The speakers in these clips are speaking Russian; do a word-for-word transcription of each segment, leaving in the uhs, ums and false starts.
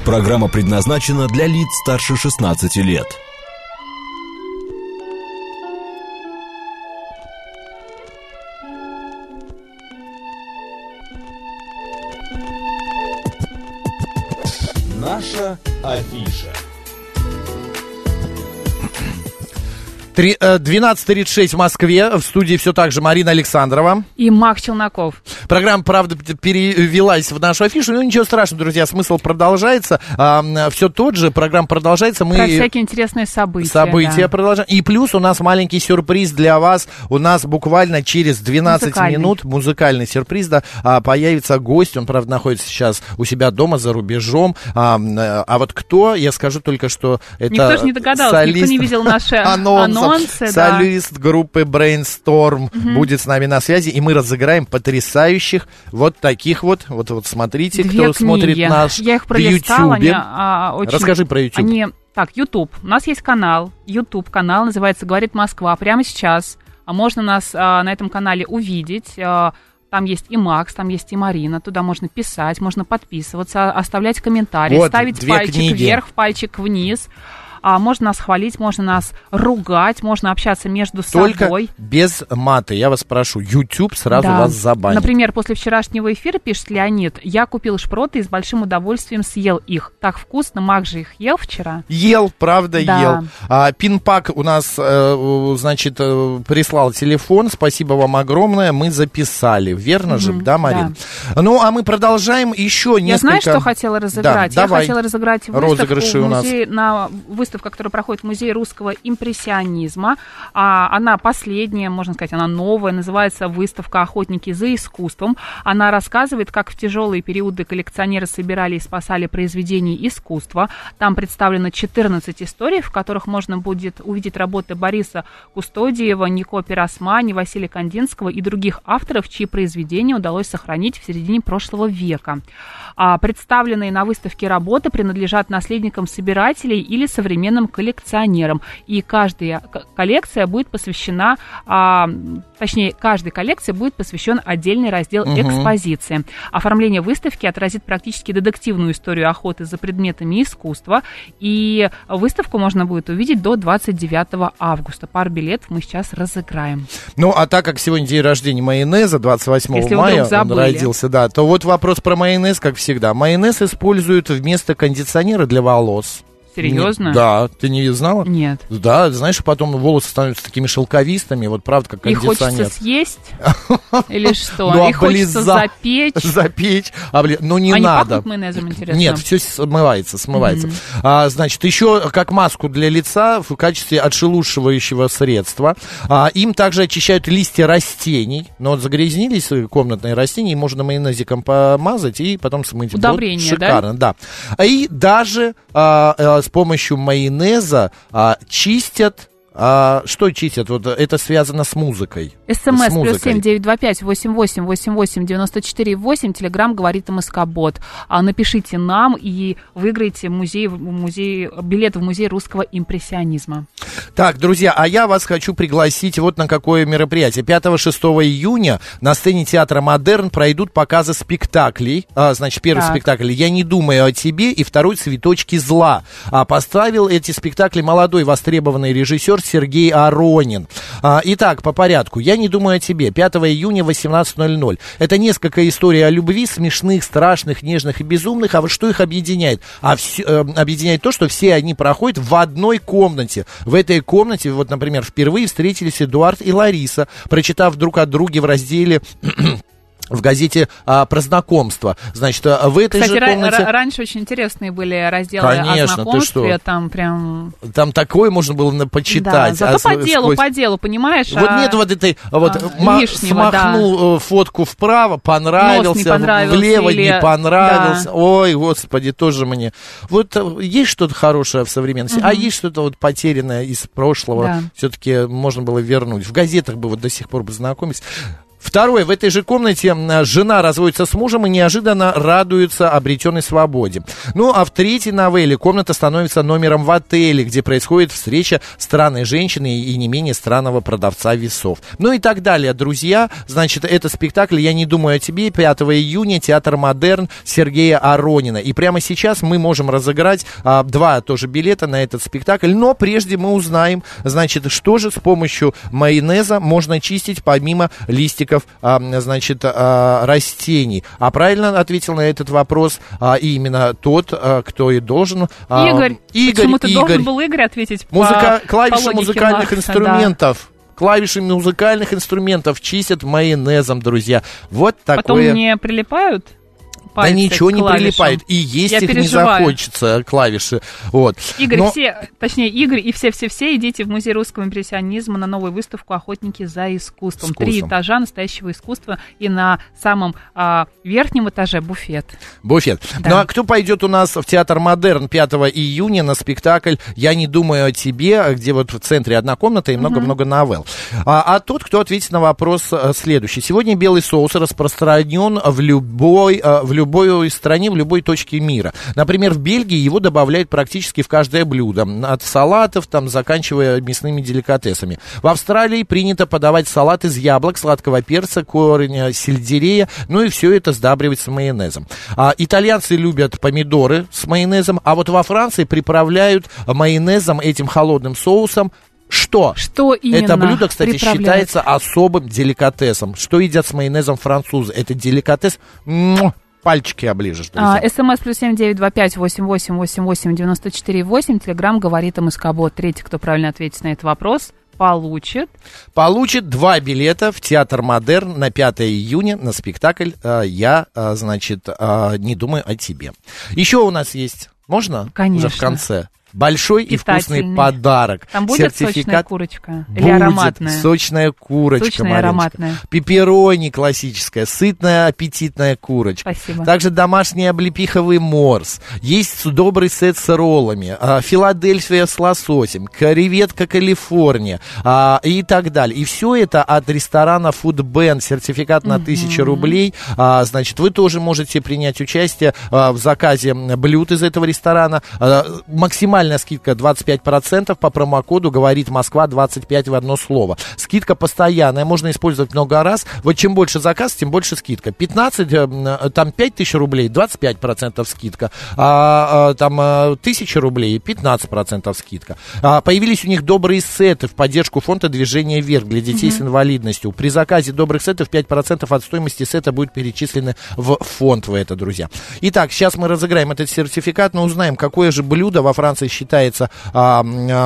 Программа предназначена для лиц старше шестнадцати лет. Наша афиша. двенадцать тридцать шесть в Москве. В студии все так же Марина Александрова. И Мак Челноков. Программа, правда, перевелась в нашу афишу. Ну, ничего страшного, друзья, смысл продолжается. А, все тот же, программа продолжается. Мы... Про всякие интересные события. События да. продолжаем. И плюс у нас маленький сюрприз для вас. У нас буквально через двенадцать музыкальный. минут музыкальный сюрприз, да, появится гость. Он, правда, находится сейчас у себя дома за рубежом. А, а вот кто, я скажу только, что это никто же не догадался, солист... никто не видел наши анонсы. Анонсы, солист да. группы Brainstorm угу. будет с нами на связи, и мы разыграем потрясающих вот таких вот, вот, вот смотрите, Две кто книги. Смотрит наш Я их в пролистала, Ютьюбе. Они, а, очень... Расскажи про YouTube. Они... Так, YouTube. У нас есть канал, YouTube-канал, называется «Говорит Москва». Прямо сейчас можно нас а, на этом канале увидеть. А, там есть и Макс, там есть и Марина. Туда можно писать, можно подписываться, оставлять комментарии, вот, ставить пальчик книги. вверх, пальчик вниз. А можно нас хвалить, можно нас ругать, можно общаться между Только собой. без мата, я вас прошу. YouTube сразу да. вас забанит. Например, после вчерашнего эфира, пишет Леонид, я купил шпроты и с большим удовольствием съел их. Так вкусно, Мак же их ел вчера. Ел, правда, да. ел. А, Пинпак у нас, э, значит, э, прислал телефон. Спасибо вам огромное. Мы записали. Верно mm-hmm, же, да, Марин? Да. Ну, а мы продолжаем еще несколько... Я знаю, что хотела разыграть? Да, я давай. хотела разыграть Розыгрыши выставку у в нас. музее, на выставку, которая проходит в Музее русского импрессионизма. А, она последняя, можно сказать, она новая, называется выставка «Охотники за искусством». Она рассказывает, как в тяжелые периоды коллекционеры собирали и спасали произведения искусства. Там представлено четырнадцать историй, в которых можно будет увидеть работы Бориса Кустодиева, Нико Пиросмани, Василия Кандинского и других авторов, чьи произведения удалось сохранить в середине прошлого века. А, представленные на выставке работы принадлежат наследникам собирателей или современным коллекционерам. И каждая коллекция будет посвящена, а, точнее, каждой коллекции будет посвящен отдельный раздел угу. экспозиции. Оформление выставки отразит практически детективную историю охоты за предметами искусства. И выставку можно будет увидеть до двадцать девятого августа. Пару билетов мы сейчас разыграем. Ну, а так как сегодня день рождения майонеза, двадцать восьмого мая он родился, да, то вот вопрос про майонез, как всегда. Майонез используют вместо кондиционера для волос. Серьезно? Не, да, ты не знала? Нет. Да, знаешь, потом волосы становятся такими шелковистыми, вот правда, как кондиционер. И хочется съесть? Или что? Ну, и хочется запечь? Запечь. Обли... Ну, не а надо. А не пахнет майонезом, интересно? Нет, все смывается, смывается. Mm-hmm. А, значит, еще как маску для лица в качестве отшелушивающего средства. А, им также очищают листья растений. Но вот загрязнились комнатные растения, и можно майонезиком помазать и потом смыть. Удобрение, вот, шикарно, да? да. И даже... А, а, с помощью майонеза а, чистят. А, что чистят? Вот это связано с музыкой. СМС плюс семь девять два пять восемь восемь восемь восемь девяносто четыре восемь. Телеграм говорит МСК-бот. А, напишите нам и выиграете музей, музей, билет в музей русского импрессионизма. Так, друзья, а я вас хочу пригласить вот на какое мероприятие. пятого-шестого июня на сцене театра «Модерн» пройдут показы спектаклей. А, значит, первый так. спектакль «Я не думаю о тебе» и второй «Цветочки зла». А, поставил эти спектакли молодой востребованный режиссер Сергей Аронин. А, итак, по порядку. «Я не думаю о тебе». пятого июня, восемнадцать ноль ноль. Это несколько историй о любви, смешных, страшных, нежных и безумных. А вот что их объединяет? А все, э, объединяет то, что все они проходят в одной комнате. В этой комнате, вот, например, впервые встретились Эдуард и Лариса, прочитав друг о друге в разделе... в газете а, про знакомство. Значит, в этой Кстати, же комнате... р- раньше очень интересные были разделы Конечно, о знакомстве. Там прям... Там такое можно было почитать. Да, зато а, по делу, сквозь... по делу, понимаешь? Вот а... нет вот этой... Вот, а, ма- лишнего, смахнул да. фотку вправо, понравился, Нос не понравился влево или... не понравился. Да. Ой, господи, тоже мне... Вот есть что-то хорошее в современности, угу. а есть что-то вот потерянное из прошлого. Да. Все-таки можно было вернуть. В газетах бы вот до сих пор бы знакомились. Второе. В этой же комнате жена разводится с мужем и неожиданно радуется обретенной свободе. Ну, а в третьей новелле комната становится номером в отеле, где происходит встреча странной женщины и не менее странного продавца весов. Ну и так далее, друзья. Значит, это спектакль «Я не думаю о тебе», пятого июня, театр «Модерн» Сергея Аронина. И прямо сейчас мы можем разыграть а, два тоже билета на этот спектакль. Но прежде мы узнаем, значит, что же с помощью майонеза можно чистить помимо листиков А, значит, а, растений. А правильно ответил на этот вопрос а, именно тот, а, кто и должен. А, Игорь. Игорь, Почему-то Игорь. должен был Игорь ответить Музыка... по, Клавиши по музыкальных Лакса, инструментов. Да. Клавиши музыкальных инструментов чистят майонезом, друзья. Вот такое. Потом не прилипают? Да ничего не прилипает. И есть Я их переживаю. не захочется, клавиши. Вот. Игорь, Но... все, точнее, Игорь и все-все-все идите в Музей русского импрессионизма на новую выставку «Охотники за искусством». Искусством. Три этажа настоящего искусства, и на самом а, верхнем этаже буфет. Буфет. Да. Ну а кто пойдет у нас в театр «Модерн» пятого июня на спектакль «Я не думаю о тебе», где вот в центре одна комната и много-много uh-huh. новелл. А, а тот, кто ответит на вопрос следующий. Сегодня белый соус распространен в любой, в любой стране, в любой точке мира. Например, в Бельгии его добавляют практически в каждое блюдо. От салатов, там, заканчивая мясными деликатесами. В Австралии принято подавать салат из яблок, сладкого перца, кореня сельдерея, ну и все это сдабривать с майонезом. А, итальянцы любят помидоры с майонезом, а вот во Франции приправляют майонезом, этим холодным соусом, что? Что именно? Это блюдо, кстати, считается особым деликатесом. Что едят с майонезом французы? Это деликатес... Пальчики оближешь, друзья. А, СМС плюс семь девять два пять восемь восемь восемь восемь девяносто четыре восемь. Телеграм говорит МСК-бот. Третий, кто правильно ответит на этот вопрос, получит... Получит два билета в театр «Модерн» на пятого июня на спектакль «Я, значит, не думаю о тебе». Еще у нас есть... Можно? Конечно. Уже в конце. Большой и вкусный подарок. Там будет Сертификат... сочная курочка? Или будет ароматная? Сочная курочка, Сочная Мариночка. ароматная. Пепперони классическая, сытная, аппетитная курочка. Спасибо. Также домашний облепиховый морс. Есть добрый сет с роллами. А, Филадельфия с лососем. Креветка Калифорния. А, и так далее. И все это от ресторана Food Band. Сертификат на тысячу рублей. А, значит, вы тоже можете принять участие а, в заказе блюд из этого ресторана. А, максимально скидка двадцать пять процентов по промокоду «Говорит Москва» двадцать пять в одно слово. Скидка постоянная, можно использовать много раз. Вот чем больше заказ, тем больше скидка. пятнадцать, там пять тысяч рублей, двадцать пять процентов скидка. А, а, там тысяча рублей, пятнадцать процентов скидка. А, появились у них добрые сеты в поддержку фонда «Движение вверх» для детей mm-hmm. с инвалидностью. При заказе добрых сетов пять процентов от стоимости сета будет перечислены в фонд, вы это, друзья. Итак, сейчас мы разыграем этот сертификат, но узнаем, какое же блюдо во Франции считается а,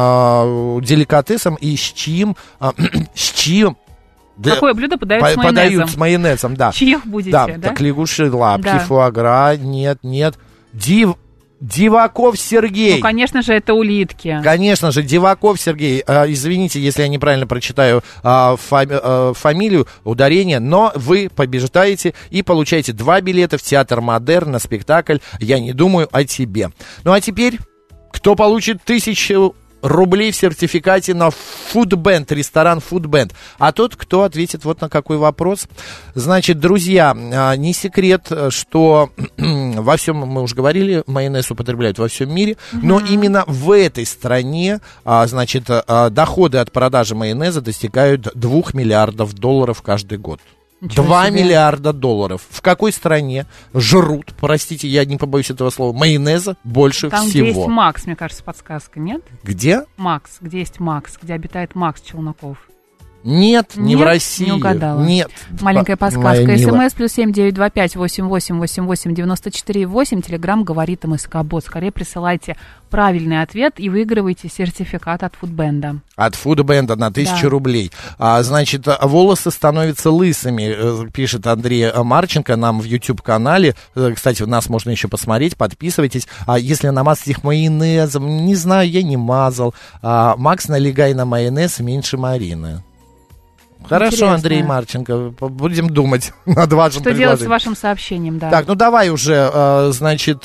а, деликатесом и с чьим, а, с чьим какое блюдо подают по, с майонезом? Подают с майонезом, да. Чьих будете, да? да? Так лягуши, лапки, да. фуагра, нет, нет. Див... Диваков Сергей. Ну, конечно же, это улитки. Конечно же, Диваков Сергей. А, извините, если я неправильно прочитаю а, фами, а, фамилию, ударение, но вы побеждаете и получаете два билета в театр «Модерн» на спектакль «Я не думаю о тебе». Ну, а теперь, кто получит тысячу рублей в сертификате на Food Band, ресторан Food Band. А тот, кто ответит вот на какой вопрос. Значит, друзья, не секрет, что во всем, мы уже говорили, майонез употребляют во всем мире, uh-huh. но именно в этой стране, значит, доходы от продажи майонеза достигают двух миллиардов долларов каждый год. Два миллиарда долларов. В какой стране жрут, простите, я не побоюсь этого слова, майонеза больше Там, всего? Там, где есть Макс, мне кажется, подсказка, нет? Где? Макс, где есть Макс, где обитает Макс Челноков. Нет, не Нет, в России. Не угадала. Нет. Маленькая подсказка. СМС плюс семь девять два пять восемь восемь восемь восемь девяносто четыре восемь. Телеграм говорит МСК-бот. Скорее присылайте правильный ответ и выигрывайте сертификат от Фудбенда. От Фудбенда на тысячу да. рублей. А, значит, волосы становятся лысыми, пишет Андрей Марченко нам в YouTube-канале. Кстати, нас можно еще посмотреть, подписывайтесь. А если намазать их майонезом, не знаю, я не мазал. А, Макс, налегай на майонез меньше Марины. Хорошо, Интересно. Андрей Марченко, будем думать над вашим Что предложением. делать с вашим сообщением, да. Так, ну давай уже, значит,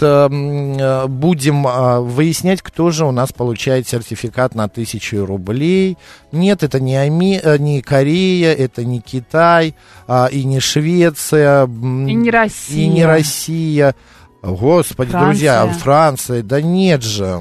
будем выяснять, кто же у нас получает сертификат на тысячу рублей. Нет, это не, Ами... не Корея, это не Китай, и не Швеция. И не Россия. И не Россия. Господи, Франция. друзья, Франция, да нет же.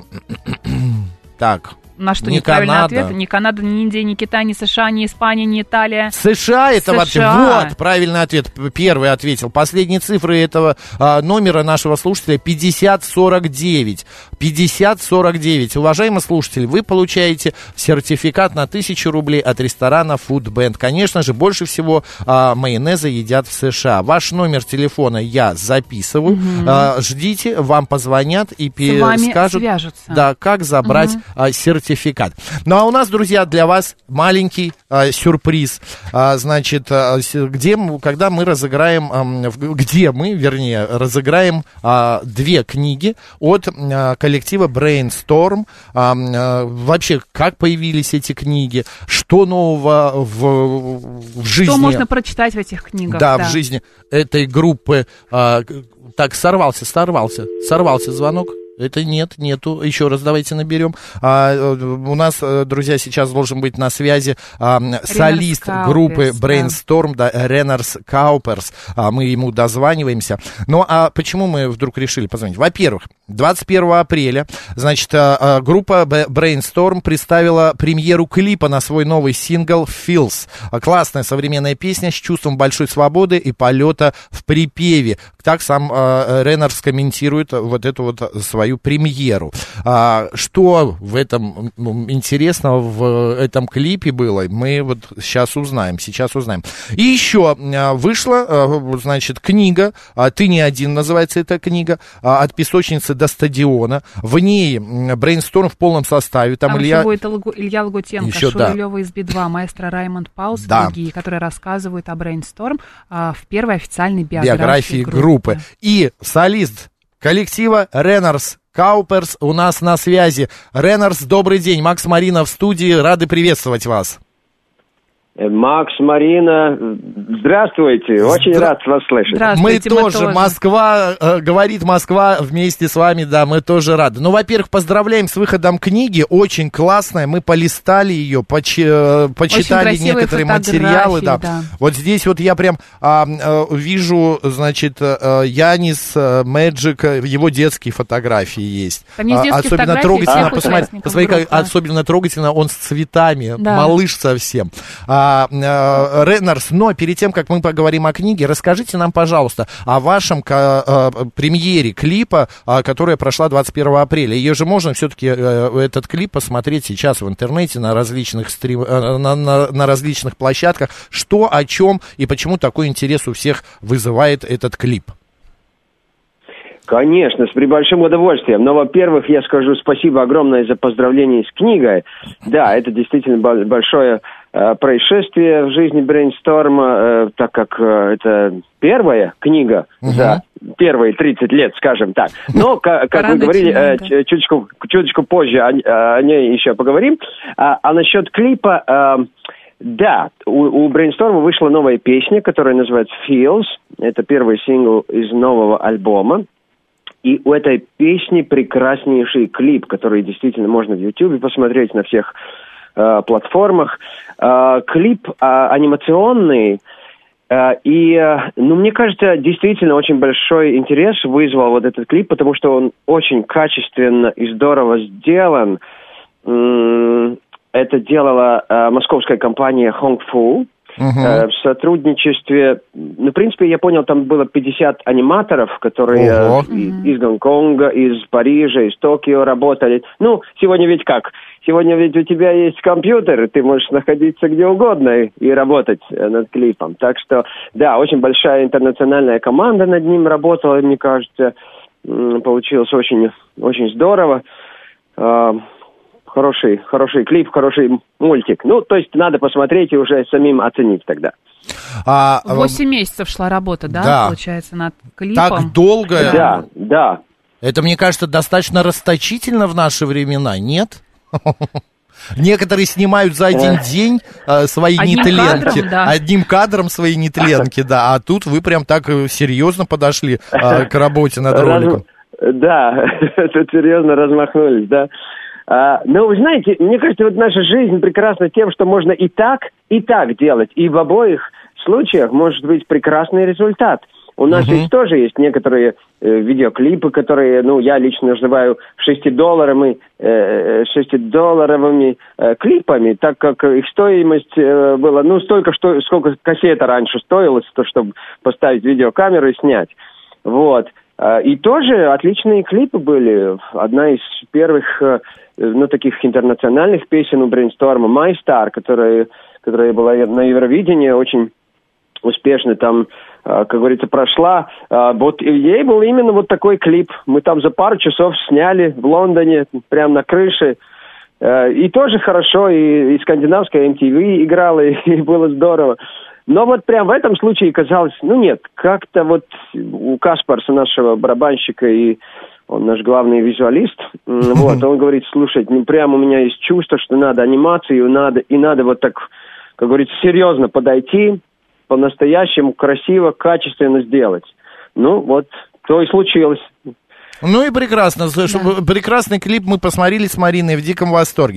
Так. На что не неправильный Канада. ответ? Ни Канада, ни Индия, ни Китай, ни США, ни Испания, ни Италия. США это США. вообще, вот, правильный ответ, первый ответил. Последние цифры этого а, номера нашего слушателя пятьдесят сорок девять. пятьдесят сорок девять. Уважаемый слушатель, вы получаете сертификат на тысячу рублей от ресторана Food Band. Конечно же, больше всего а, майонеза едят в США. Ваш номер телефона я записываю. Угу. А, ждите, вам позвонят и С вами скажут, свяжутся. Да, как забрать угу. а, сертификат. Сертификат. Ну а у нас, друзья, для вас маленький а, сюрприз. А, значит, а, где, когда мы разыграем, а, где мы, вернее, разыграем а, две книги от а, коллектива Brainstorm. А, а, вообще, как появились эти книги, что нового в, в жизни. Что можно прочитать в этих книгах. Да, да. в жизни этой группы. А, так, сорвался, сорвался, сорвался звонок. Это нет, нету. Еще раз давайте наберем. А, у нас, друзья, сейчас должен быть на связи а, солист Кауперс, группы Brainstorm, да, да Ренарс Кауперс. А, мы ему дозваниваемся. Ну, а почему мы вдруг решили позвонить? Во-первых, двадцать первого апреля, значит, а, группа Brainstorm представила премьеру клипа на свой новый сингл «Feels». Классная современная песня с чувством большой свободы и полета в припеве. Так сам а, Ренарс комментирует вот эту вот свою свою премьеру. А, что в этом интересного в этом клипе было, мы вот сейчас узнаем, сейчас узнаем. И еще вышла, значит, книга, «Ты не один» называется эта книга, «От песочницы до стадиона». В ней Brainstorm в полном составе. Там, Там Илья... еще будет Илья Лагутенко, еще, Шурилева да. из Би два, маэстро Раймонд Паулс, да. другие, которые рассказывают о Brainstorm а, в первой официальной биографии, биографии группы. группы. И солист коллектива Ренарс Кауперс у нас на связи. Ренарс, добрый день. Макс, Марина в студии. Рады приветствовать вас. Макс, Марина, здравствуйте, очень Здра... рад вас слышать. Мы тоже. тоже, Москва, э, говорит Москва вместе с вами, да, мы тоже рады. Ну, во-первых, поздравляем с выходом книги, очень классная, мы полистали ее, поч... э, почитали некоторые материалы, да. да. Вот здесь вот я прям э, э, вижу, значит, э, Янис, э, Мэджик, его детские фотографии есть. Там есть детские особенно фотографии трогательно, посмотри, посмотри как особенно трогательно он с цветами, да. Малыш совсем. Ренарс, но перед тем, как мы поговорим о книге, расскажите нам, пожалуйста, о вашем к, э, премьере клипа, э, которая прошла двадцать первого апреля. Ее же можно все-таки, э, этот клип, посмотреть сейчас в интернете на различных, стрим, э, на, на, на различных площадках. Что, о чем и почему такой интерес у всех вызывает этот клип? Конечно, с прибольшим удовольствием. Но, во-первых, я скажу спасибо огромное за поздравление с книгой. Да, это действительно большое э, происшествие в жизни Brainstorm, э, так как э, это первая книга uh-huh. за первые тридцать лет, скажем так. Но, как, как вы говорили, э, чуточку, чуточку позже о, о ней еще поговорим. А, а насчет клипа... Э, Да, у, у Brainstorm вышла новая песня, которая называется «Feels». Это первый сингл из нового альбома. И у этой песни прекраснейший клип, который действительно можно в Ютубе посмотреть на всех э, платформах. Э, клип э, анимационный. Э, и, э, ну, мне кажется, действительно очень большой интерес вызвал вот этот клип, потому что он очень качественно и здорово сделан. М- Это делала э, московская компания Hongfu uh-huh. э, в сотрудничестве. Ну, в принципе, я понял, там было пятьдесят аниматоров, которые uh-huh. э, из, из Гонконга, из Парижа, из Токио работали. Ну, сегодня ведь как? Сегодня ведь у тебя есть компьютер, и ты можешь находиться где угодно и, и работать э, над клипом. Так что, да, очень большая интернациональная команда над ним работала, мне кажется. М- получилось очень, очень здорово. Э, Хороший, хороший клип, хороший мультик. Ну, то есть надо посмотреть и уже самим оценить тогда. А, Восемь месяцев шла работа, да, да, получается, над клипом? Так долго? Да, да. Это, мне кажется, достаточно расточительно в наши времена, нет? Некоторые снимают за один день э, свои одним нетленки. Кадром, да. Одним кадром свои нетленки, да. А тут вы прям так серьезно подошли э, к работе над роликом. Да, тут серьезно размахнулись, да. А, но вы знаете, мне кажется, вот наша жизнь прекрасна тем, что можно и так, и так делать. И в обоих случаях может быть прекрасный результат. У нас uh-huh. ведь тоже есть некоторые э, видеоклипы, которые, ну, я лично называю шестидолларовыми, э, шестидолларовыми э, клипами, так как их стоимость э, была, ну, столько, что, сколько кассета раньше стоила, чтобы поставить видеокамеру и снять. Вот. И тоже отличные клипы были. Одна из первых, ну, таких интернациональных песен у Brainstorm, My Star, которая, которая была на Евровидении, очень успешно там, как говорится, прошла. Вот ей был именно вот такой клип. Мы там за пару часов сняли в Лондоне, прямо на крыше. И тоже хорошо, и, и скандинавская эм ти ви играла, и было здорово. Но вот прям в этом случае казалось, ну нет, как-то вот у Каспарса, нашего барабанщика, и он наш главный визуалист, вот, он говорит, слушай, ну прям у меня есть чувство, что надо анимацию, надо, и надо вот так, как говорится, серьезно подойти, по-настоящему красиво, качественно сделать. Ну вот, то и случилось. Ну и прекрасно. Да. Прекрасный клип мы посмотрели с Мариной в диком восторге.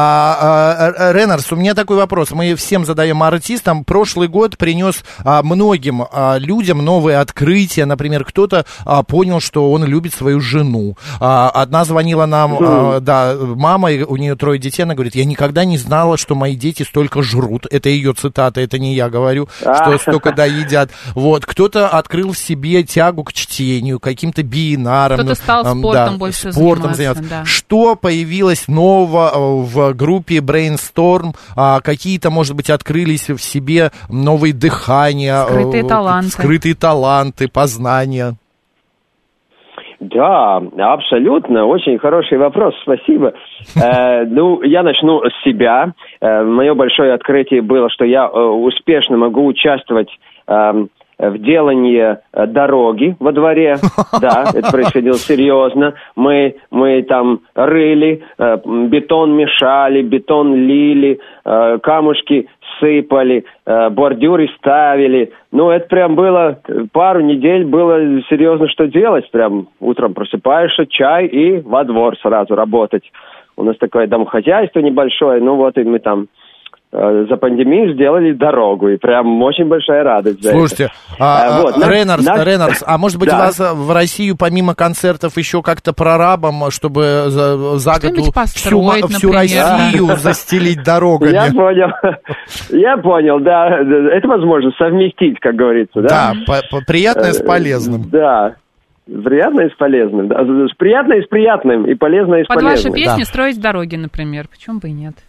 А, а, Ренарс, у меня такой вопрос. Мы всем задаем артистам. Прошлый год принес а, многим а, людям новые открытия. Например, кто-то а, понял, что он любит свою жену. А, одна звонила нам, mm. а, да, мама, у нее трое детей, она говорит, я никогда не знала, что мои дети столько жрут. Это ее цитата, это не я говорю, что столько доедят. Вот. Кто-то открыл в себе тягу к чтению, каким-то биенарам. Кто-то стал спортом да, больше спортом заниматься. заниматься. Да. Что появилось нового в группе Brainstorm? А, какие-то, может быть, открылись в себе новые дыхания, скрытые таланты, скрытые таланты, познания? Да, абсолютно. Очень хороший вопрос. Спасибо. Э, ну, я начну с себя. Э, мое большое открытие было, что я э, успешно могу участвовать э, в делании дороги во дворе. Да, это происходило серьезно. Мы, мы там рыли, бетон мешали, бетон лили, камушки сыпали, бордюры ставили. Ну, это прям было, пару недель было серьезно что делать. Прям утром просыпаешься, чай и во двор сразу работать. У нас такое домохозяйство небольшое, ну вот и мы там за пандемию сделали дорогу, и прям очень большая радость за Слушайте, это. а, вот, Ренарс, нас... Ренарс, а может быть, да. вас в Россию помимо концертов еще как-то прорабом, чтобы за, за год всю, всю Россию застелить дорогами? Я понял, я понял, да, это возможно совместить, как говорится, да? Да, приятное с полезным. Да. Приятное с полезным, да. Приятное с приятным и полезное с Под полезным. ваши песни да. строить дороги, например, почему бы и нет?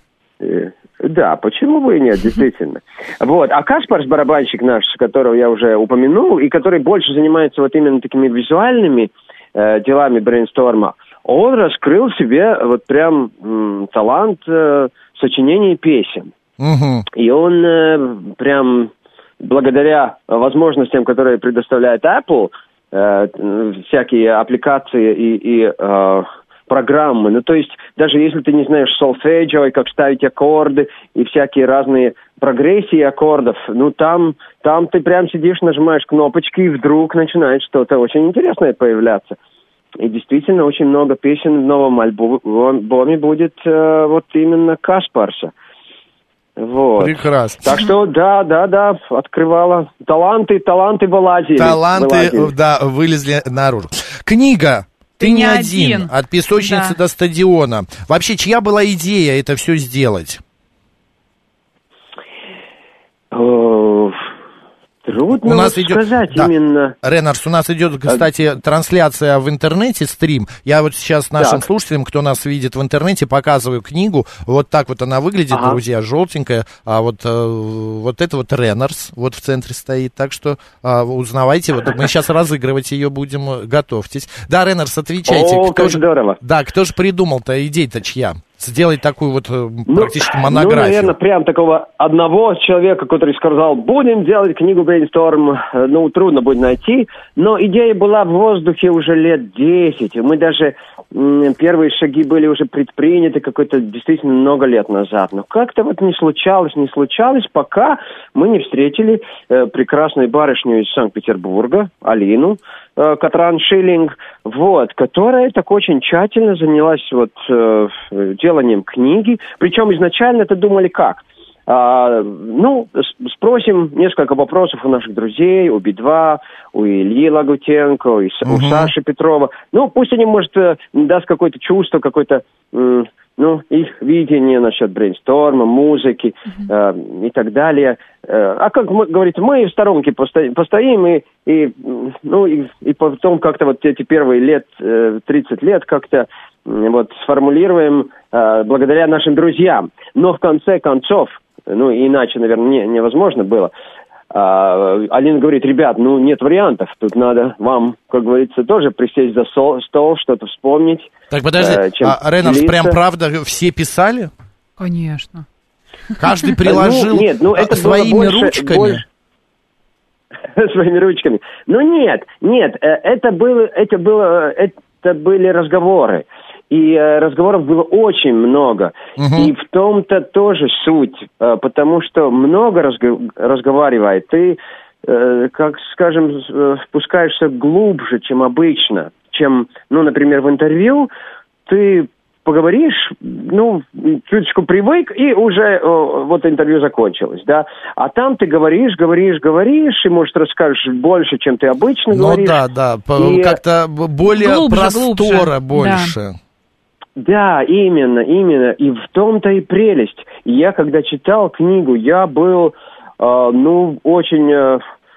Да, почему бы и нет, действительно. Вот, а Каспарс, барабанщик наш, которого я уже упомянул, и который больше занимается вот именно такими визуальными э, делами брейнсторма, он раскрыл в себе вот прям м, талант э, сочинения песен. Угу. И он э, прям благодаря возможностям, которые предоставляет Apple, э, всякие аппликации и... и э, программы. Ну, то есть, даже если ты не знаешь солфеджио, и как ставить аккорды, и всякие разные прогрессии аккордов, ну, там, там ты прям сидишь, нажимаешь кнопочки, и вдруг начинает что-то очень интересное появляться. И действительно, очень много песен в новом альбоме будет э, вот именно Каспарса. Вот. Прекрасно. Так что, да, да, да, открывала. Таланты, таланты вылазили. Таланты, вылазили. Да, вылезли наружу. Книга. Ты, Ты не один. один. От песочницы да. до стадиона. Вообще, чья была идея это все сделать? Трудно у нас вот идет, сказать да, именно. Ренарс, у нас идет, кстати, трансляция в интернете, стрим. Я вот сейчас нашим так. слушателям, кто нас видит в интернете, показываю книгу. Вот так вот она выглядит, ага. друзья, желтенькая. А вот, э, вот это вот Ренарс вот в центре стоит. Так что э, узнавайте. Вот мы сейчас разыгрывать ее будем. Готовьтесь. Да, Ренарс, отвечайте. О, кто как же, здорово. Да, кто же придумал-то? Идея-то чья? Сделать такую вот ну, практически монографию. Ну, наверное, прям такого одного человека, который сказал, будем делать книгу Brainstorm, ну, трудно будет найти. Но идея была в воздухе уже лет десять. Мы даже первые шаги были уже предприняты какое-то действительно много лет назад. Но как-то вот не случалось, не случалось, пока мы не встретили э, прекрасную барышню из Санкт-Петербурга, Алину э, Катран-Шиллинг, вот, которая так очень тщательно занялась вот э, деланием книги. Причем изначально это думали как? А, ну, спросим несколько вопросов у наших друзей, у Би два, у Ильи Лагутенко, у, uh-huh. у Саши Петрова. Ну, пусть они, может, даст какое-то чувство, какое-то, ну, их видение насчет брейнсторма, музыки uh-huh. э, и так далее. А как мы, говорится, мы в сторонке постоим, постоим и, и, ну, и, и потом как-то вот эти первые лет, тридцать лет как-то вот сформулируем э, благодаря нашим друзьям. Но в конце концов, ну, иначе, наверное, не, невозможно было. А, Алина говорит, ребят, ну, нет вариантов. Тут надо вам, как говорится, тоже присесть за стол, стол что-то вспомнить. Так, подожди, э, а Рейнарс, прям правда все писали? Конечно. Каждый приложил ну, нет, ну, это своими было больше, ручками? Больше... Своими ручками. Ну, нет, нет, это было, это было, это были разговоры. И э, разговоров было очень много. Uh-huh. И в том-то тоже суть, э, потому что много разго- разговаривает. Ты, э, как скажем, э, спускаешься глубже, чем обычно. Чем, ну, например, в интервью ты поговоришь, ну, чуточку привык, и уже э, вот интервью закончилось, да. А там ты говоришь, говоришь, говоришь, и, может, расскажешь больше, чем ты обычно ну, говоришь. Ну, да, да, и... как-то более глубже, простора глубже. больше. Да. Да, именно, именно. И в том-то и прелесть. Я, когда читал книгу, я был, э, ну, очень э,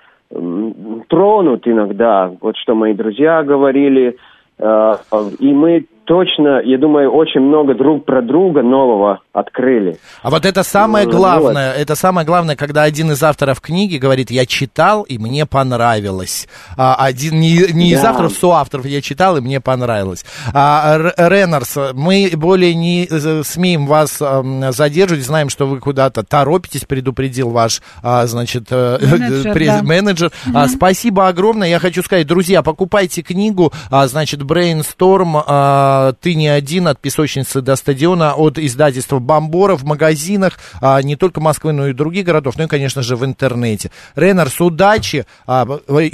тронут иногда. Вот что мои друзья говорили. Э, и мы точно, я думаю, очень много друг про друга нового открыли. А вот это самое главное, вот. это самое главное, когда один из авторов книги говорит, я читал, и мне понравилось. А один не, не да. из авторов, соавторов, я читал, и мне понравилось. А, Рейнарс, мы более не смеем вас задерживать, знаем, что вы куда-то торопитесь, предупредил ваш, значит, менеджер. Пред, да. менеджер. Угу. А, спасибо огромное, я хочу сказать, друзья, покупайте книгу, а, значит, Brainstorm, «Ты не один», от песочницы до стадиона, от издательства Бомбора в магазинах, а, не только Москвы, но и других городов, ну и, конечно же, в интернете. Рейнарс, удачи, а,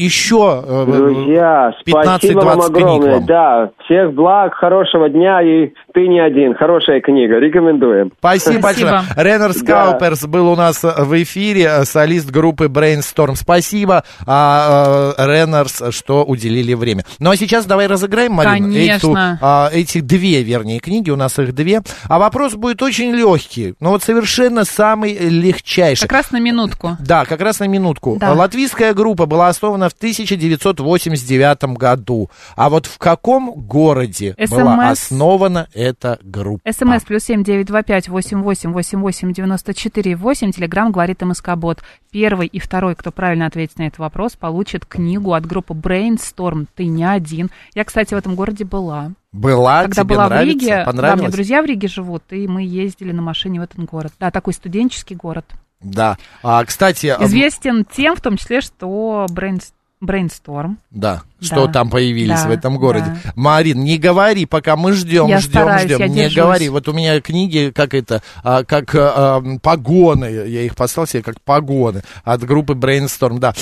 еще друзья, пятнадцать-двадцать книг вам. Да, всех благ, хорошего дня, и «Ты не один», хорошая книга, рекомендуем. Спасибо, Спасибо. большое. Рейнарс да. Кауперс был у нас в эфире, солист группы Brainstorm. Спасибо, а, а, Рейнарс, что уделили время. Ну а сейчас давай разыграем, Марина, Конечно. Эту, а, эти две, вернее, книги, у нас их две. А вопрос будет очень легкий, но вот совершенно самый легчайший. Как раз на минутку. Да, как раз на минутку. Да. Латвийская группа была основана в тысяча девятьсот восемьдесят девятом году. А вот в каком городе эс эм эс была основана эта группа? СМС плюс семь девять два пять восемь восемь восемь восемь девяносто четыре восемь. Телеграм говорит МСК-бот. Первый и второй, кто правильно ответит на этот вопрос, получит книгу от группы Brainstorm «Ты не один». Я, кстати, в этом городе была. Была, Когда тебе была нравится? в Риге, Понравилось? Да, у меня друзья в Риге живут, и мы ездили на машине в этот город. Да, такой студенческий город. Да. А, кстати... Известен тем, в том числе, что Brainstorm Brainstorm. Да, что да. там появились да, в этом городе. Да. Марин, не говори, пока мы ждем, я ждем, стараюсь, ждем. Я не держусь. говори. Вот у меня книги, как это, а, как а, погоны, я их послал себе как погоны от группы Brainstorm, да.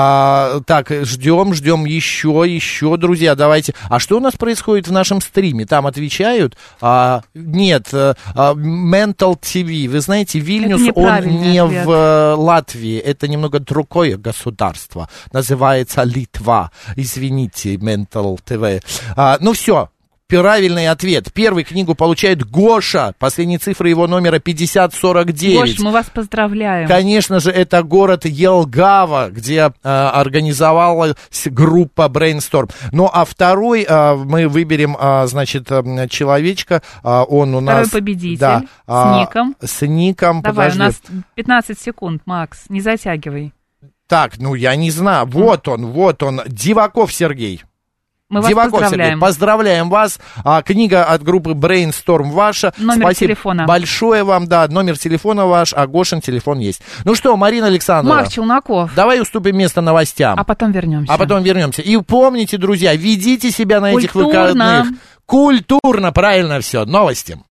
А, так, ждем, ждем еще, еще, друзья, давайте. А что у нас происходит в нашем стриме? Там отвечают? А, нет, а, Mental ти ви, вы знаете, Вильнюс, он не ответ. в Латвии, это немного другое государство, называется Литва. Извините, Mental ти ви. А, ну все, правильный ответ. Первый книгу получает Гоша. Последние цифры его номера пятьдесят сорок девять. Гош, мы вас поздравляем. Конечно же, это город Елгава, где а, организовалась группа Brainstorm. Ну, а второй а, мы выберем, а, значит, человечка. А, он у Второй нас... победитель да, с а, ником. С ником, Давай, подожди. у нас пятнадцать секунд, Макс, не затягивай. Так, ну я не знаю. Вот он, вот он. Диваков Сергей. Мы вас Диваков поздравляем. Сергей, поздравляем вас. А, книга от группы Brainstorm ваша. Номер Спасибо телефона. большое вам, да, номер телефона ваш, а Гошин телефон есть. Ну что, Марина Александровна. Марк Челноков. Давай уступим место новостям. А потом вернемся. А потом вернемся. И помните, друзья, ведите себя на этих Культурно. выходных. Культурно, правильно все. Новости.